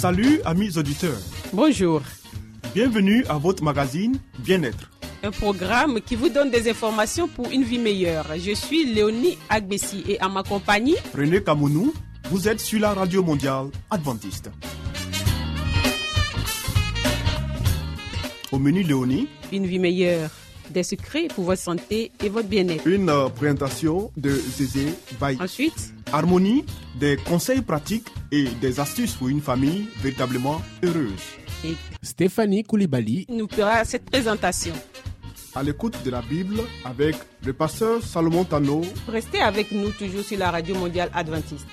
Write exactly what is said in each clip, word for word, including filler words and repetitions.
Salut amis auditeurs. Bonjour. Bienvenue à votre magazine Bien-être. Un programme qui vous donne des informations pour une vie meilleure. Je suis Léonie Agbessi et à ma compagnie, René Kamounou, vous êtes sur la radio mondiale adventiste. Au menu Léonie, une vie meilleure, des secrets pour votre santé et votre bien-être. Une euh, présentation de Zézé Baye. Ensuite, Harmonie, des conseils pratiques et des astuces pour une famille véritablement heureuse. Et Stéphanie Koulibaly nous fera cette présentation. À l'écoute de la Bible avec le pasteur Salomon Tano. Restez avec nous toujours sur la radio mondiale adventiste.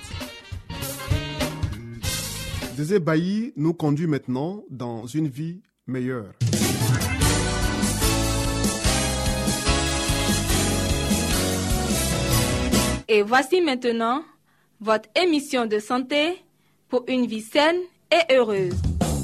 Zézé Baye nous conduit maintenant dans une vie meilleure. Et voici maintenant votre émission de santé pour une vie saine et heureuse.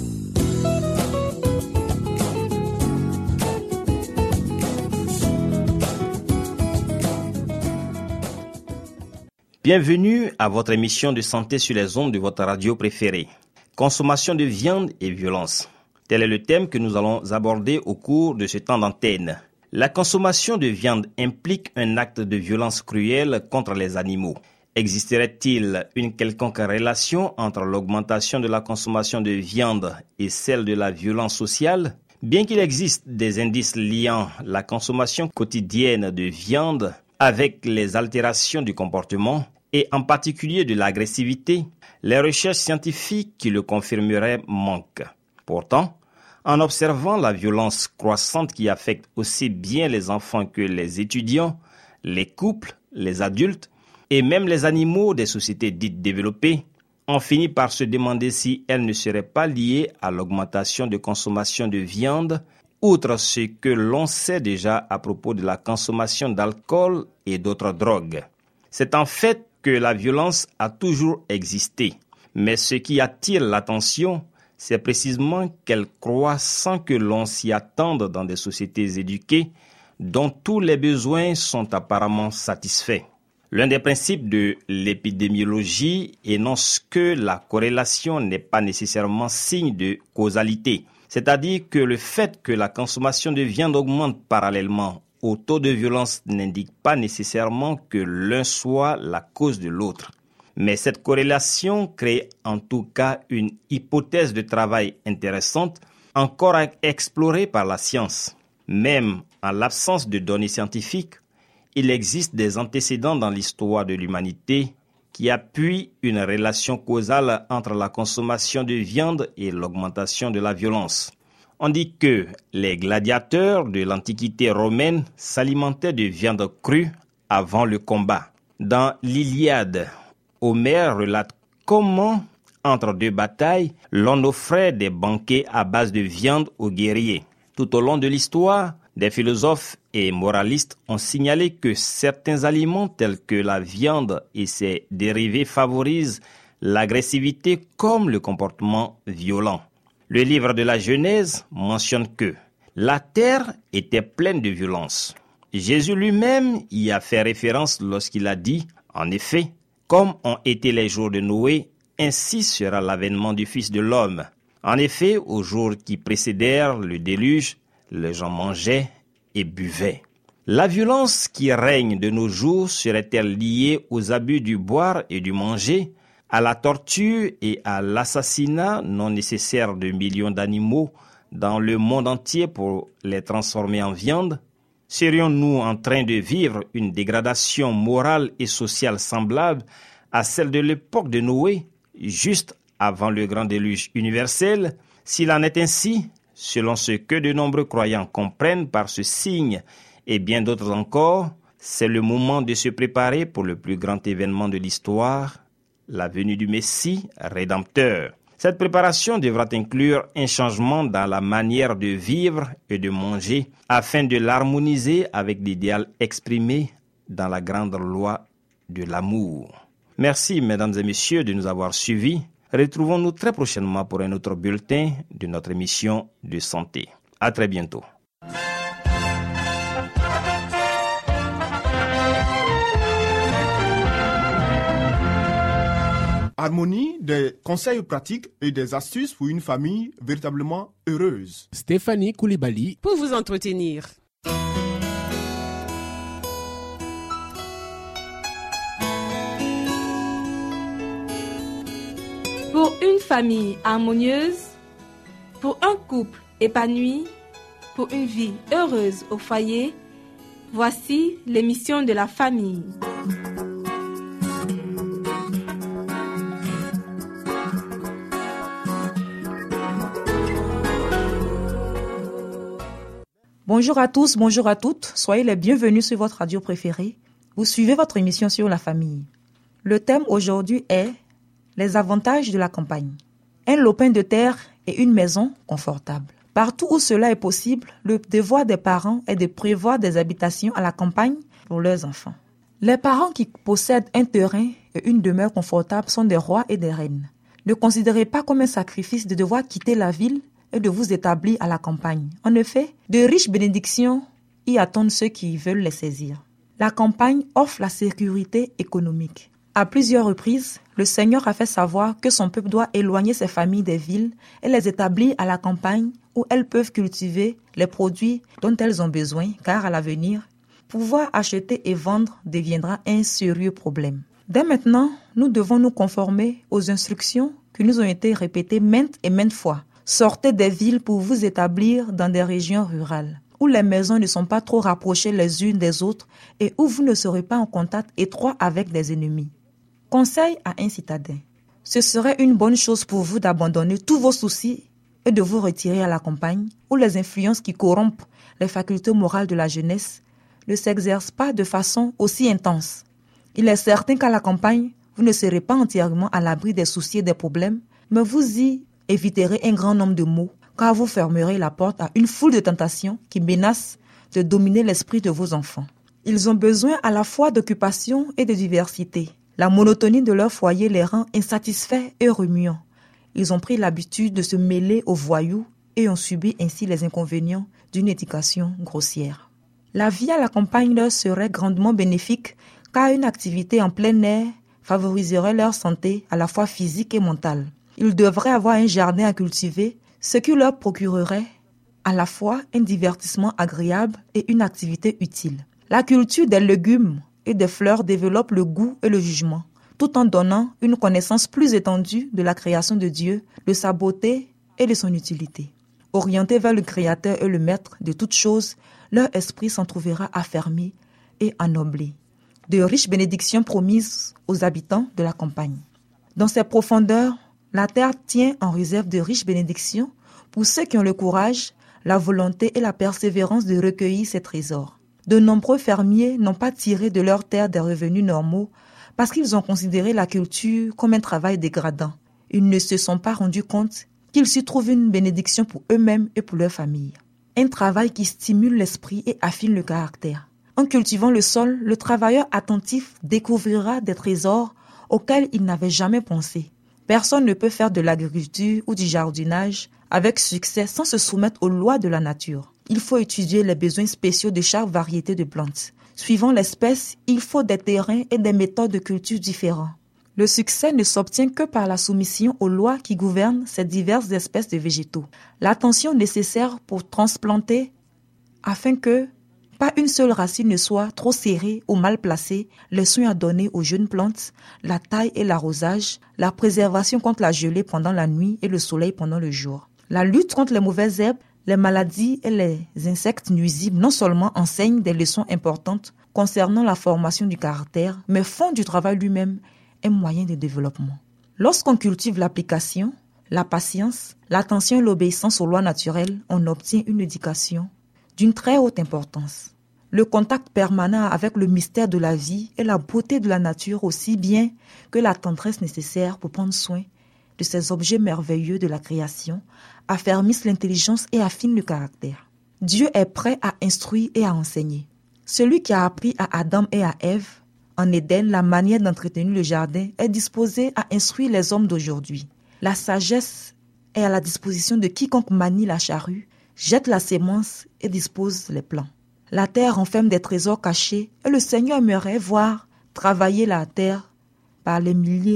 Bienvenue à votre émission de santé sur les ondes de votre radio préférée. Consommation de viande et violence. Tel est le thème que nous allons aborder au cours de ce temps d'antenne. La consommation de viande implique un acte de violence cruelle contre les animaux. Existerait-il une quelconque relation entre l'augmentation de la consommation de viande et celle de la violence sociale ? Bien qu'il existe des indices liant la consommation quotidienne de viande avec les altérations du comportement, et en particulier de l'agressivité, les recherches scientifiques qui le confirmeraient manquent. Pourtant, en observant la violence croissante qui affecte aussi bien les enfants que les étudiants, les couples, les adultes et même les animaux des sociétés dites développées, on finit par se demander si elle ne serait pas liée à l'augmentation de consommation de viande, outre ce que l'on sait déjà à propos de la consommation d'alcool et d'autres drogues. C'est en fait que la violence a toujours existé, mais ce qui attire l'attention, c'est précisément qu'elle croît sans que l'on s'y attende dans des sociétés éduquées dont tous les besoins sont apparemment satisfaits. L'un des principes de l'épidémiologie énonce que la corrélation n'est pas nécessairement signe de causalité, c'est-à-dire que le fait que la consommation de viande augmente parallèlement au taux de violence n'indique pas nécessairement que l'un soit la cause de l'autre. Mais cette corrélation crée en tout cas une hypothèse de travail intéressante, encore à explorer par la science. Même en l'absence de données scientifiques, il existe des antécédents dans l'histoire de l'humanité qui appuient une relation causale entre la consommation de viande et l'augmentation de la violence. On dit que les gladiateurs de l'Antiquité romaine s'alimentaient de viande crue avant le combat. Dans l'Iliade, Homère relate comment, entre deux batailles, l'on offrait des banquets à base de viande aux guerriers. Tout au long de l'histoire, des philosophes et moralistes ont signalé que certains aliments tels que la viande et ses dérivés favorisent l'agressivité comme le comportement violent. Le livre de la Genèse mentionne que la terre était pleine de violence. Jésus lui-même y a fait référence lorsqu'il a dit, en effet, comme ont été les jours de Noé, ainsi sera l'avènement du Fils de l'homme. En effet, aux jours qui précédèrent le déluge, les gens mangeaient et buvaient. La violence qui règne de nos jours serait-elle liée aux abus du boire et du manger, à la torture et à l'assassinat non nécessaire de millions d'animaux dans le monde entier pour les transformer en viande? Serions-nous en train de vivre une dégradation morale et sociale semblable à celle de l'époque de Noé, juste avant le grand déluge universel? S'il en est ainsi, selon ce que de nombreux croyants comprennent par ce signe et bien d'autres encore, c'est le moment de se préparer pour le plus grand événement de l'histoire, la venue du Messie rédempteur. Cette préparation devra inclure un changement dans la manière de vivre et de manger afin de l'harmoniser avec l'idéal exprimé dans la grande loi de l'amour. Merci, mesdames et messieurs, de nous avoir suivis. Retrouvons-nous très prochainement pour un autre bulletin de notre émission de santé. À très bientôt. Harmonie, des conseils pratiques et des astuces pour une famille véritablement heureuse. Stéphanie Koulibaly pour vous entretenir. Pour une famille harmonieuse, pour un couple épanoui, pour une vie heureuse au foyer, voici l'émission de la famille. Bonjour à tous, bonjour à toutes, soyez les bienvenus sur votre radio préférée. Vous suivez votre émission sur la famille. Le thème aujourd'hui est les avantages de la campagne. Un lopin de terre et une maison confortable. Partout où cela est possible, le devoir des parents est de prévoir des habitations à la campagne pour leurs enfants. Les parents qui possèdent un terrain et une demeure confortable sont des rois et des reines. Ne considérez pas comme un sacrifice de devoir quitter la ville et de vous établir à la campagne. En effet, de riches bénédictions y attendent ceux qui veulent les saisir. La campagne offre la sécurité économique. À plusieurs reprises, le Seigneur a fait savoir que son peuple doit éloigner ses familles des villes et les établir à la campagne où elles peuvent cultiver les produits dont elles ont besoin, car à l'avenir, pouvoir acheter et vendre deviendra un sérieux problème. Dès maintenant, nous devons nous conformer aux instructions qui nous ont été répétées maintes et maintes fois. Sortez des villes pour vous établir dans des régions rurales, où les maisons ne sont pas trop rapprochées les unes des autres et où vous ne serez pas en contact étroit avec des ennemis. Conseil à un citadin. Ce serait une bonne chose pour vous d'abandonner tous vos soucis et de vous retirer à la campagne, où les influences qui corrompent les facultés morales de la jeunesse ne s'exercent pas de façon aussi intense. Il est certain qu'à la campagne, vous ne serez pas entièrement à l'abri des soucis et des problèmes, mais vous y éviterez un grand nombre de maux, car vous fermerez la porte à une foule de tentations qui menacent de dominer l'esprit de vos enfants. Ils ont besoin à la fois d'occupation et de diversité. La monotonie de leur foyer les rend insatisfaits et remuants. Ils ont pris l'habitude de se mêler aux voyous et ont subi ainsi les inconvénients d'une éducation grossière. La vie à la campagne leur serait grandement bénéfique, car une activité en plein air favoriserait leur santé à la fois physique et mentale. Ils devraient avoir un jardin à cultiver, ce qui leur procurerait à la fois un divertissement agréable et une activité utile. La culture des légumes et des fleurs développe le goût et le jugement, tout en donnant une connaissance plus étendue de la création de Dieu, de sa beauté et de son utilité. Orientés vers le Créateur et le Maître de toutes choses, leur esprit s'en trouvera affermi et ennoblé. De riches bénédictions promises aux habitants de la campagne. Dans ses profondeurs, la terre tient en réserve de riches bénédictions pour ceux qui ont le courage, la volonté et la persévérance de recueillir ces trésors. De nombreux fermiers n'ont pas tiré de leur terre des revenus normaux parce qu'ils ont considéré la culture comme un travail dégradant. Ils ne se sont pas rendus compte qu'ils s'y trouvent une bénédiction pour eux-mêmes et pour leur famille. Un travail qui stimule l'esprit et affine le caractère. En cultivant le sol, le travailleur attentif découvrira des trésors auxquels il n'avait jamais pensé. Personne ne peut faire de l'agriculture ou du jardinage avec succès sans se soumettre aux lois de la nature. Il faut étudier les besoins spéciaux de chaque variété de plantes. Suivant l'espèce, il faut des terrains et des méthodes de culture différents. Le succès ne s'obtient que par la soumission aux lois qui gouvernent ces diverses espèces de végétaux. L'attention nécessaire pour transplanter afin que pas une seule racine ne soit trop serrée ou mal placée, les soins à donner aux jeunes plantes, la taille et l'arrosage, la préservation contre la gelée pendant la nuit et le soleil pendant le jour. La lutte contre les mauvaises herbes, les maladies et les insectes nuisibles non seulement enseignent des leçons importantes concernant la formation du caractère, mais font du travail lui-même un moyen de développement. Lorsqu'on cultive l'application, la patience, l'attention et l'obéissance aux lois naturelles, on obtient une éducation d'une très haute importance. Le contact permanent avec le mystère de la vie et la beauté de la nature aussi bien que la tendresse nécessaire pour prendre soin de ces objets merveilleux de la création affermissent l'intelligence et affinent le caractère. Dieu est prêt à instruire et à enseigner. Celui qui a appris à Adam et à Ève en Éden la manière d'entretenir le jardin est disposé à instruire les hommes d'aujourd'hui. La sagesse est à la disposition de quiconque manie la charrue, jette la sémence et dispose les plants. La terre renferme des trésors cachés et le Seigneur aimerait voir travailler la terre par les milliers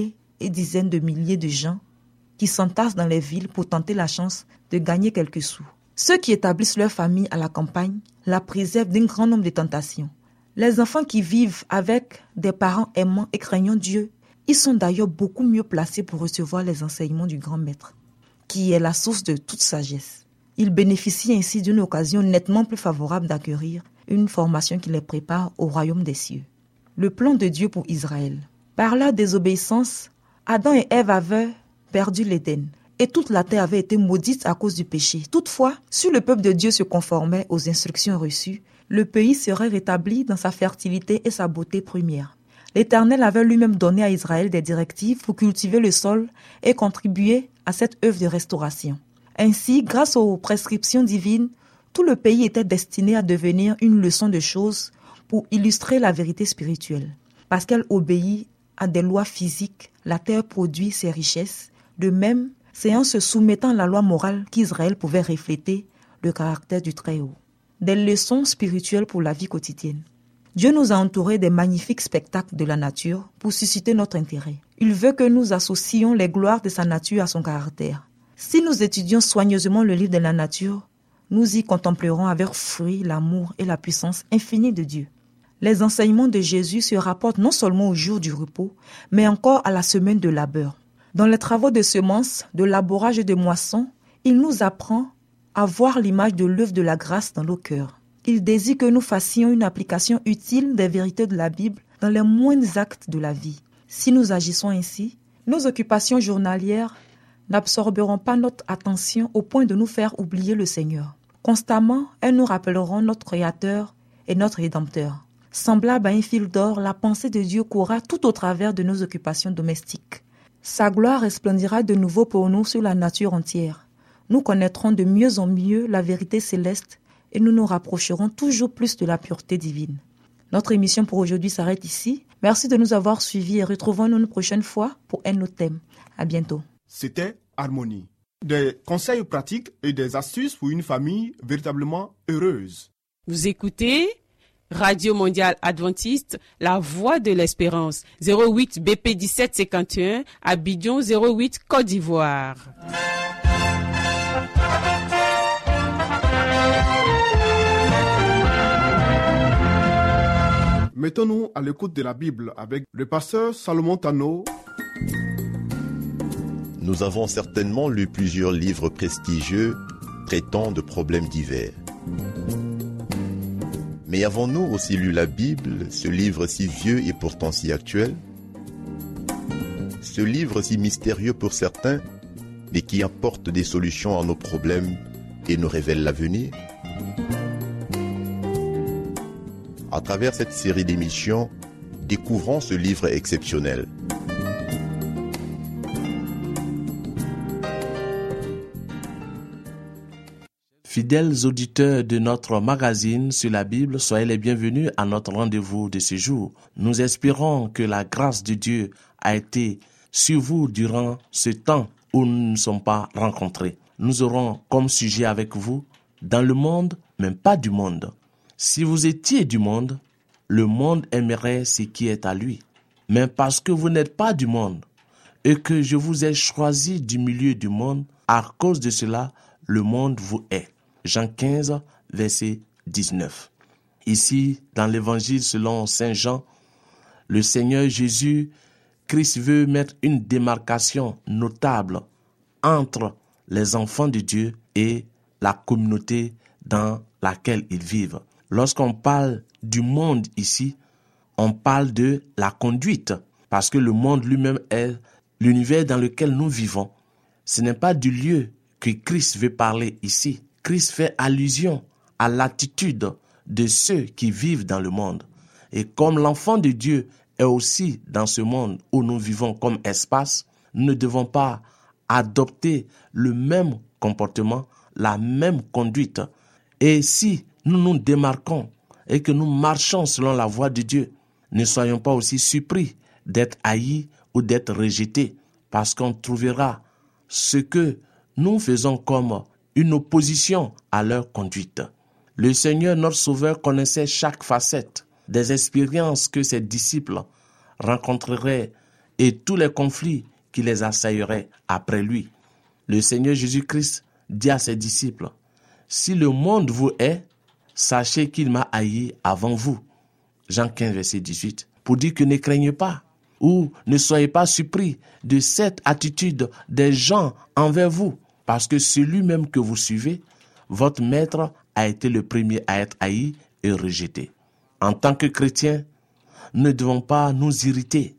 et dizaines de milliers de gens qui s'entassent dans les villes pour tenter la chance de gagner quelques sous. Ceux qui établissent leur famille à la campagne la préservent d'un grand nombre de tentations. Les enfants qui vivent avec des parents aimants et craignant Dieu, ils sont d'ailleurs beaucoup mieux placés pour recevoir les enseignements du grand maître, qui est la source de toute sagesse. Ils bénéficient ainsi d'une occasion nettement plus favorable d'acquérir une formation qui les prépare au royaume des cieux. Le plan de Dieu pour Israël. Par leur désobéissance, Adam et Ève avaient perdu l'Éden et toute la terre avait été maudite à cause du péché. Toutefois, si le peuple de Dieu se conformait aux instructions reçues, le pays serait rétabli dans sa fertilité et sa beauté première. L'Éternel avait lui-même donné à Israël des directives pour cultiver le sol et contribuer à cette œuvre de restauration. Ainsi, grâce aux prescriptions divines, tout le pays était destiné à devenir une leçon de choses pour illustrer la vérité spirituelle. Parce qu'elle obéit à des lois physiques, la terre produit ses richesses. De même, c'est en se soumettant à la loi morale qu'Israël pouvait refléter le caractère du Très-Haut. Des leçons spirituelles pour la vie quotidienne. Dieu nous a entourés des magnifiques spectacles de la nature pour susciter notre intérêt. Il veut que nous associons les gloires de sa nature à son caractère. Si nous étudions soigneusement le livre de la nature, nous y contemplerons avec fruit l'amour et la puissance infinie de Dieu. Les enseignements de Jésus se rapportent non seulement au jour du repos, mais encore à la semaine de labeur. Dans les travaux de semences, de labourage et de moisson, il nous apprend à voir l'image de l'œuvre de la grâce dans nos cœurs. Il désire que nous fassions une application utile des vérités de la Bible dans les moindres actes de la vie. Si nous agissons ainsi, nos occupations journalières n'absorberont pas notre attention au point de nous faire oublier le Seigneur. Constamment, elles nous rappelleront notre Créateur et notre Rédempteur. Semblable à un fil d'or, la pensée de Dieu courra tout au travers de nos occupations domestiques. Sa gloire resplendira de nouveau pour nous sur la nature entière. Nous connaîtrons de mieux en mieux la vérité céleste et nous nous rapprocherons toujours plus de la pureté divine. Notre émission pour aujourd'hui s'arrête ici. Merci de nous avoir suivis et retrouvons-nous une prochaine fois pour un autre thème. À bientôt. C'était Harmonie. Des conseils pratiques et des astuces pour une famille véritablement heureuse. Vous écoutez Radio Mondiale Adventiste, la voix de l'espérance, zéro huit B P dix-sept cinquante et un, Abidjan zéro huit, Côte d'Ivoire. Mettons-nous à l'écoute de la Bible avec le pasteur Salomon Tano. Nous avons certainement lu plusieurs livres prestigieux traitant de problèmes divers. Mais avons-nous aussi lu la Bible, ce livre si vieux et pourtant si actuel? Ce livre si mystérieux pour certains, mais qui apporte des solutions à nos problèmes et nous révèle l'avenir? À travers cette série d'émissions, découvrons ce livre exceptionnel. Fidèles auditeurs de notre magazine sur la Bible, soyez les bienvenus à notre rendez-vous de ce jour. Nous espérons que la grâce de Dieu a été sur vous durant ce temps où nous ne nous sommes pas rencontrés. Nous aurons comme sujet avec vous, dans le monde, mais pas du monde. Si vous étiez du monde, le monde aimerait ce qui est à lui. Mais parce que vous n'êtes pas du monde et que je vous ai choisi du milieu du monde, à cause de cela, le monde vous hait. Jean quinze, verset dix-neuf. Ici, dans l'évangile selon saint Jean, le Seigneur Jésus, Christ veut mettre une démarcation notable entre les enfants de Dieu et la communauté dans laquelle ils vivent. Lorsqu'on parle du monde ici, on parle de la conduite, parce que le monde lui-même est l'univers dans lequel nous vivons. Ce n'est pas du lieu que Christ veut parler ici. Christ fait allusion à l'attitude de ceux qui vivent dans le monde. Et comme l'enfant de Dieu est aussi dans ce monde où nous vivons comme espace, nous ne devons pas adopter le même comportement, la même conduite. Et si nous nous démarquons et que nous marchons selon la voie de Dieu, ne soyons pas aussi surpris d'être haïs ou d'être rejetés, parce qu'on trouvera ce que nous faisons comme une opposition à leur conduite. Le Seigneur, notre Sauveur, connaissait chaque facette des expériences que ses disciples rencontreraient et tous les conflits qui les assailleraient après lui. Le Seigneur Jésus-Christ dit à ses disciples, « Si le monde vous hait, sachez qu'il m'a haï avant vous. » Jean quinze, verset dix-huit. Pour dire que ne craignez pas ou ne soyez pas surpris de cette attitude des gens envers vous, parce que celui même que vous suivez, votre maître a été le premier à être haï et rejeté. En tant que chrétiens, ne devons pas nous irriter,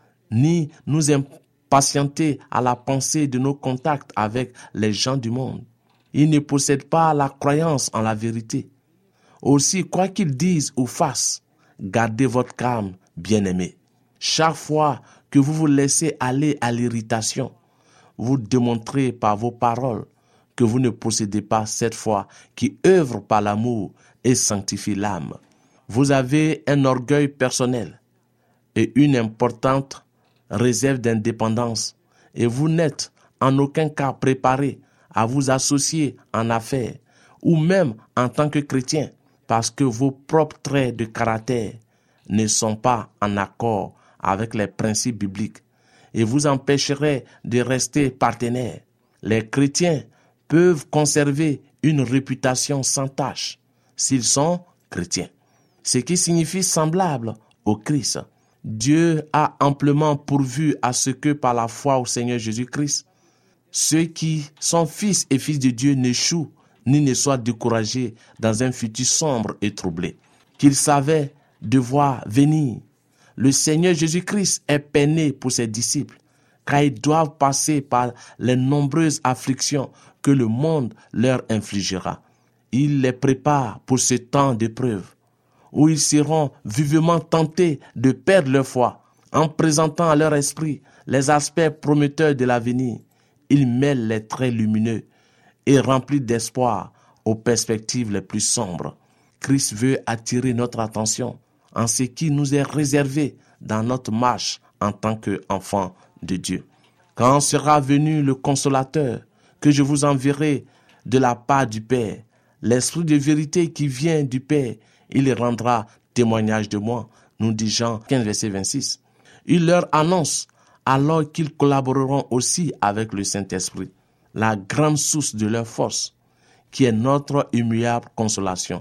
ni nous impatienter à la pensée de nos contacts avec les gens du monde. Ils ne possèdent pas la croyance en la vérité. Aussi, quoi qu'ils disent ou fassent, gardez votre calme, bien-aimés. Chaque fois que vous vous laissez aller à l'irritation, vous démontrez par vos paroles que vous ne possédez pas cette foi qui œuvre par l'amour et sanctifie l'âme. Vous avez un orgueil personnel et une importante réserve d'indépendance et vous n'êtes en aucun cas préparé à vous associer en affaires ou même en tant que chrétien parce que vos propres traits de caractère ne sont pas en accord avec les principes bibliques et vous empêcherez de rester partenaires. Les chrétiens peuvent conserver une réputation sans tache s'ils sont chrétiens, ce qui signifie semblable au Christ. Dieu a amplement pourvu à ce que par la foi au Seigneur Jésus-Christ, ceux qui sont fils et filles de Dieu n'échouent ni ne soient découragés dans un futur sombre et troublé, qu'ils savaient devoir venir. Le Seigneur Jésus-Christ est peiné pour ses disciples, car ils doivent passer par les nombreuses afflictions que le monde leur infligera. Il les prépare pour ce temps d'épreuve, où ils seront vivement tentés de perdre leur foi, en présentant à leur esprit les aspects prometteurs de l'avenir. Il mêle les traits lumineux et remplis d'espoir aux perspectives les plus sombres. Christ veut attirer notre attention en ce qui nous est réservé dans notre marche en tant qu'enfants de Dieu. Quand sera venu le consolateur que je vous enverrai de la part du Père, l'esprit de vérité qui vient du Père, il rendra témoignage de moi, nous dit Jean quinze, verset vingt-six. Il leur annonce alors qu'ils collaboreront aussi avec le Saint-Esprit, la grande source de leur force, qui est notre immuable consolation.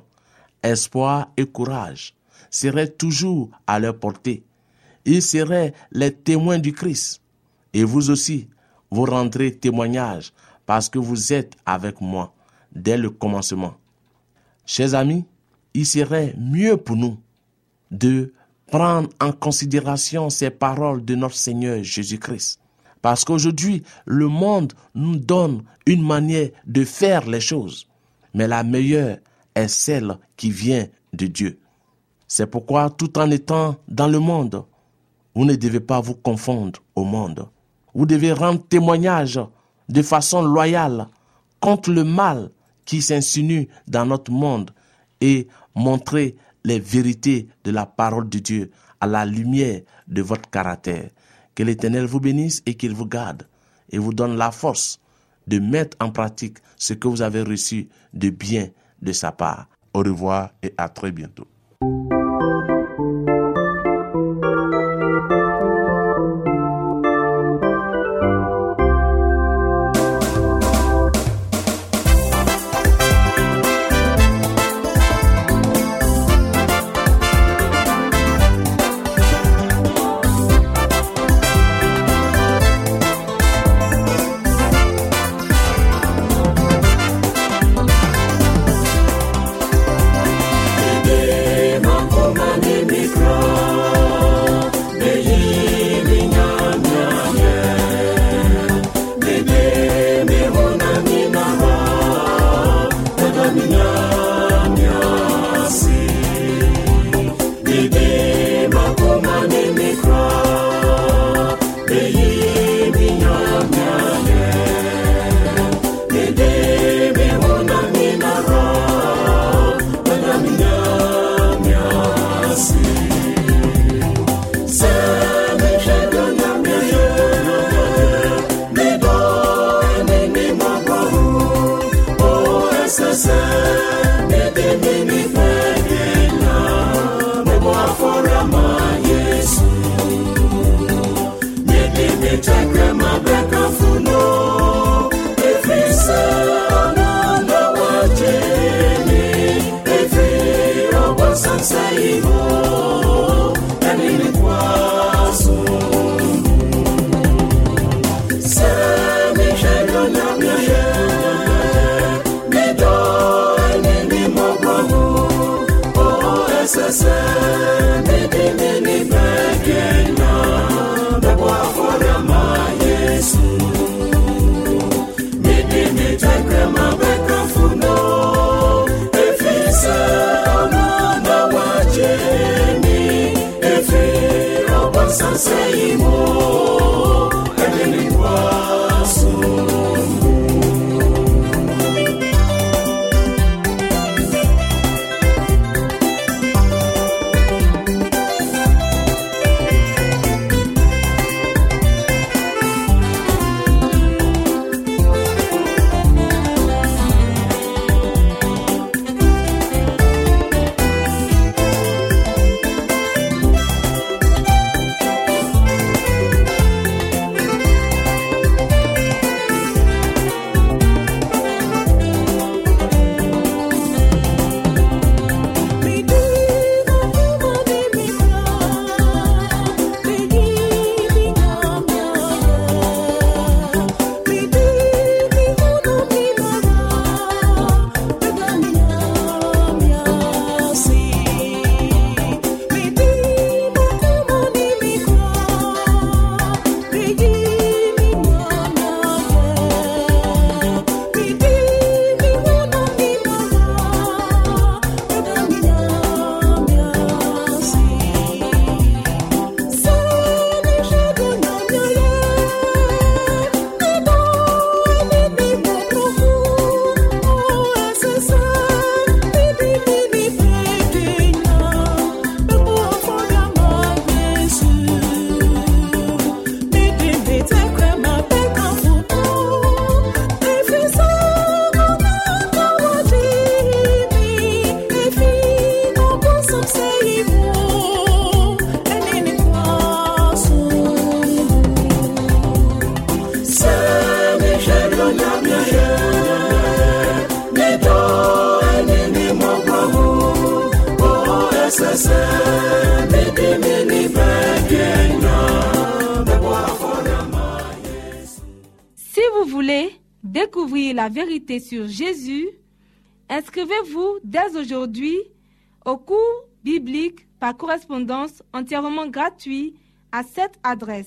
Espoir et courage seraient toujours à leur portée. Ils seraient les témoins du Christ. Et vous aussi, vous rendrez témoignage parce que vous êtes avec moi dès le commencement. Chers amis, il serait mieux pour nous de prendre en considération ces paroles de notre Seigneur Jésus-Christ. Parce qu'aujourd'hui, le monde nous donne une manière de faire les choses. Mais la meilleure est celle qui vient de Dieu. C'est pourquoi, tout en étant dans le monde, vous ne devez pas vous confondre au monde. Vous devez rendre témoignage de façon loyale contre le mal qui s'insinue dans notre monde et montrer les vérités de la parole de Dieu à la lumière de votre caractère. Que l'Éternel vous bénisse et qu'il vous garde et vous donne la force de mettre en pratique ce que vous avez reçu de bien de sa part. Au revoir et à très bientôt. Yeah. Si vous voulez découvrir la vérité sur Jésus, inscrivez-vous dès aujourd'hui au cours biblique par correspondance entièrement gratuit à cette adresse: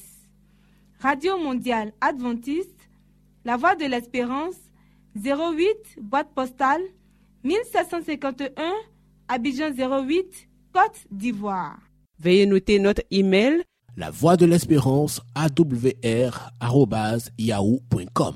Radio Mondiale Adventiste, La Voix de l'Espérance, zéro huit, boîte postale, mille sept cent cinquante et un, Abidjan zéro huit, Côte d'Ivoire. Veuillez noter notre email: La Voix de l'Espérance, A W R arobase yahoo point com.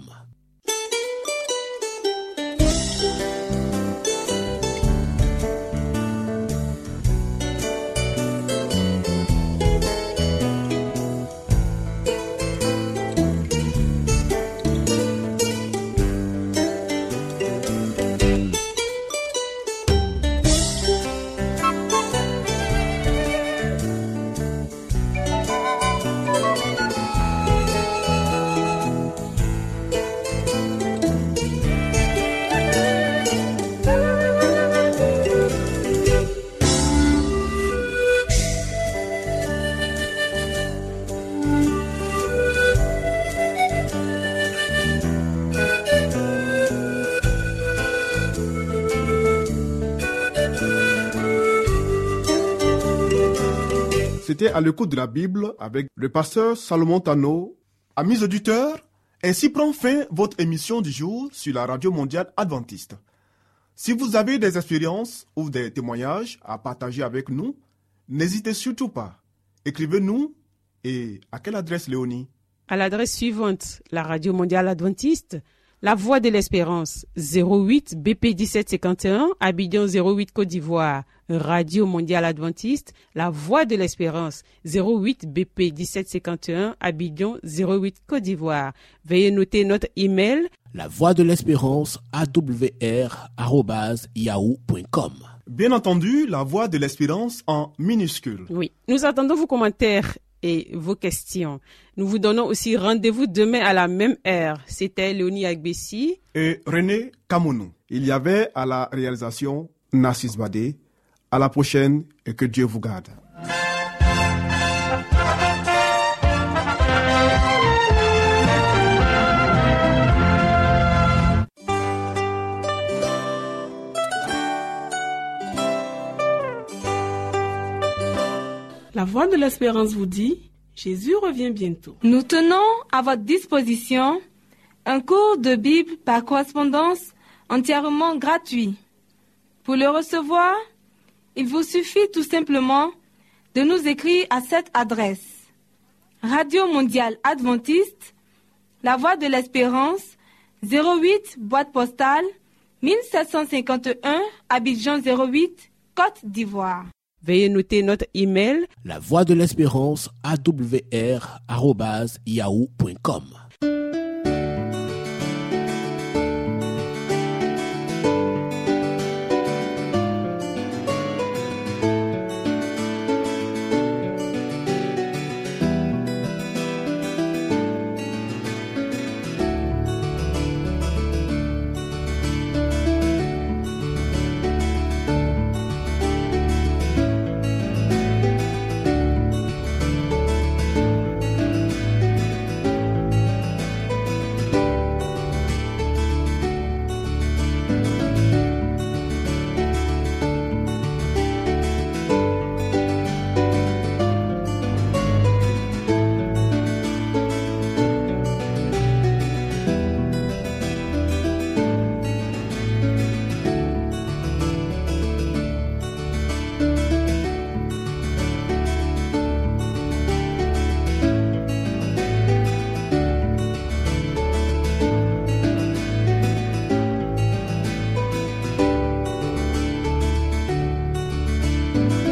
C'était à l'écoute de la Bible avec le pasteur Salomon Tano. Amis auditeurs, ainsi prend fin votre émission du jour sur la Radio Mondiale Adventiste. Si vous avez des expériences ou des témoignages à partager avec nous, n'hésitez surtout pas. Écrivez-nous. Et à quelle adresse, Léonie? À l'adresse suivante: la Radio Mondiale Adventiste, La Voix de l'Espérance, zéro huit B P dix-sept cinquante et un, Abidjan zéro huit, Côte d'Ivoire. Radio Mondiale Adventiste, La Voix de l'Espérance, zéro huit B P dix-sept cinquante et un, Abidjan zéro huit, Côte d'Ivoire. Veuillez noter notre email: La Voix de l'Espérance, A W R arobase yahoo point com. Bien entendu, La Voix de l'Espérance en minuscule. Oui, nous attendons vos commentaires et vos questions. Nous vous donnons aussi rendez-vous demain à la même heure. C'était Léonie Agbessi et René Kamounou. Il y avait à la réalisation Narcisse Badé. À la prochaine et que Dieu vous garde. La Voix de l'Espérance vous dit, Jésus revient bientôt. Nous tenons à votre disposition un cours de Bible par correspondance entièrement gratuit. Pour le recevoir, il vous suffit tout simplement de nous écrire à cette adresse: Radio Mondiale Adventiste, La Voix de l'Espérance, zéro huit, boîte postale, mille sept cent cinquante et un, Abidjan zéro huit, Côte d'Ivoire. Veuillez noter notre email: La Voix de l'Espérance A W R arobase yahoo point com. Thank you.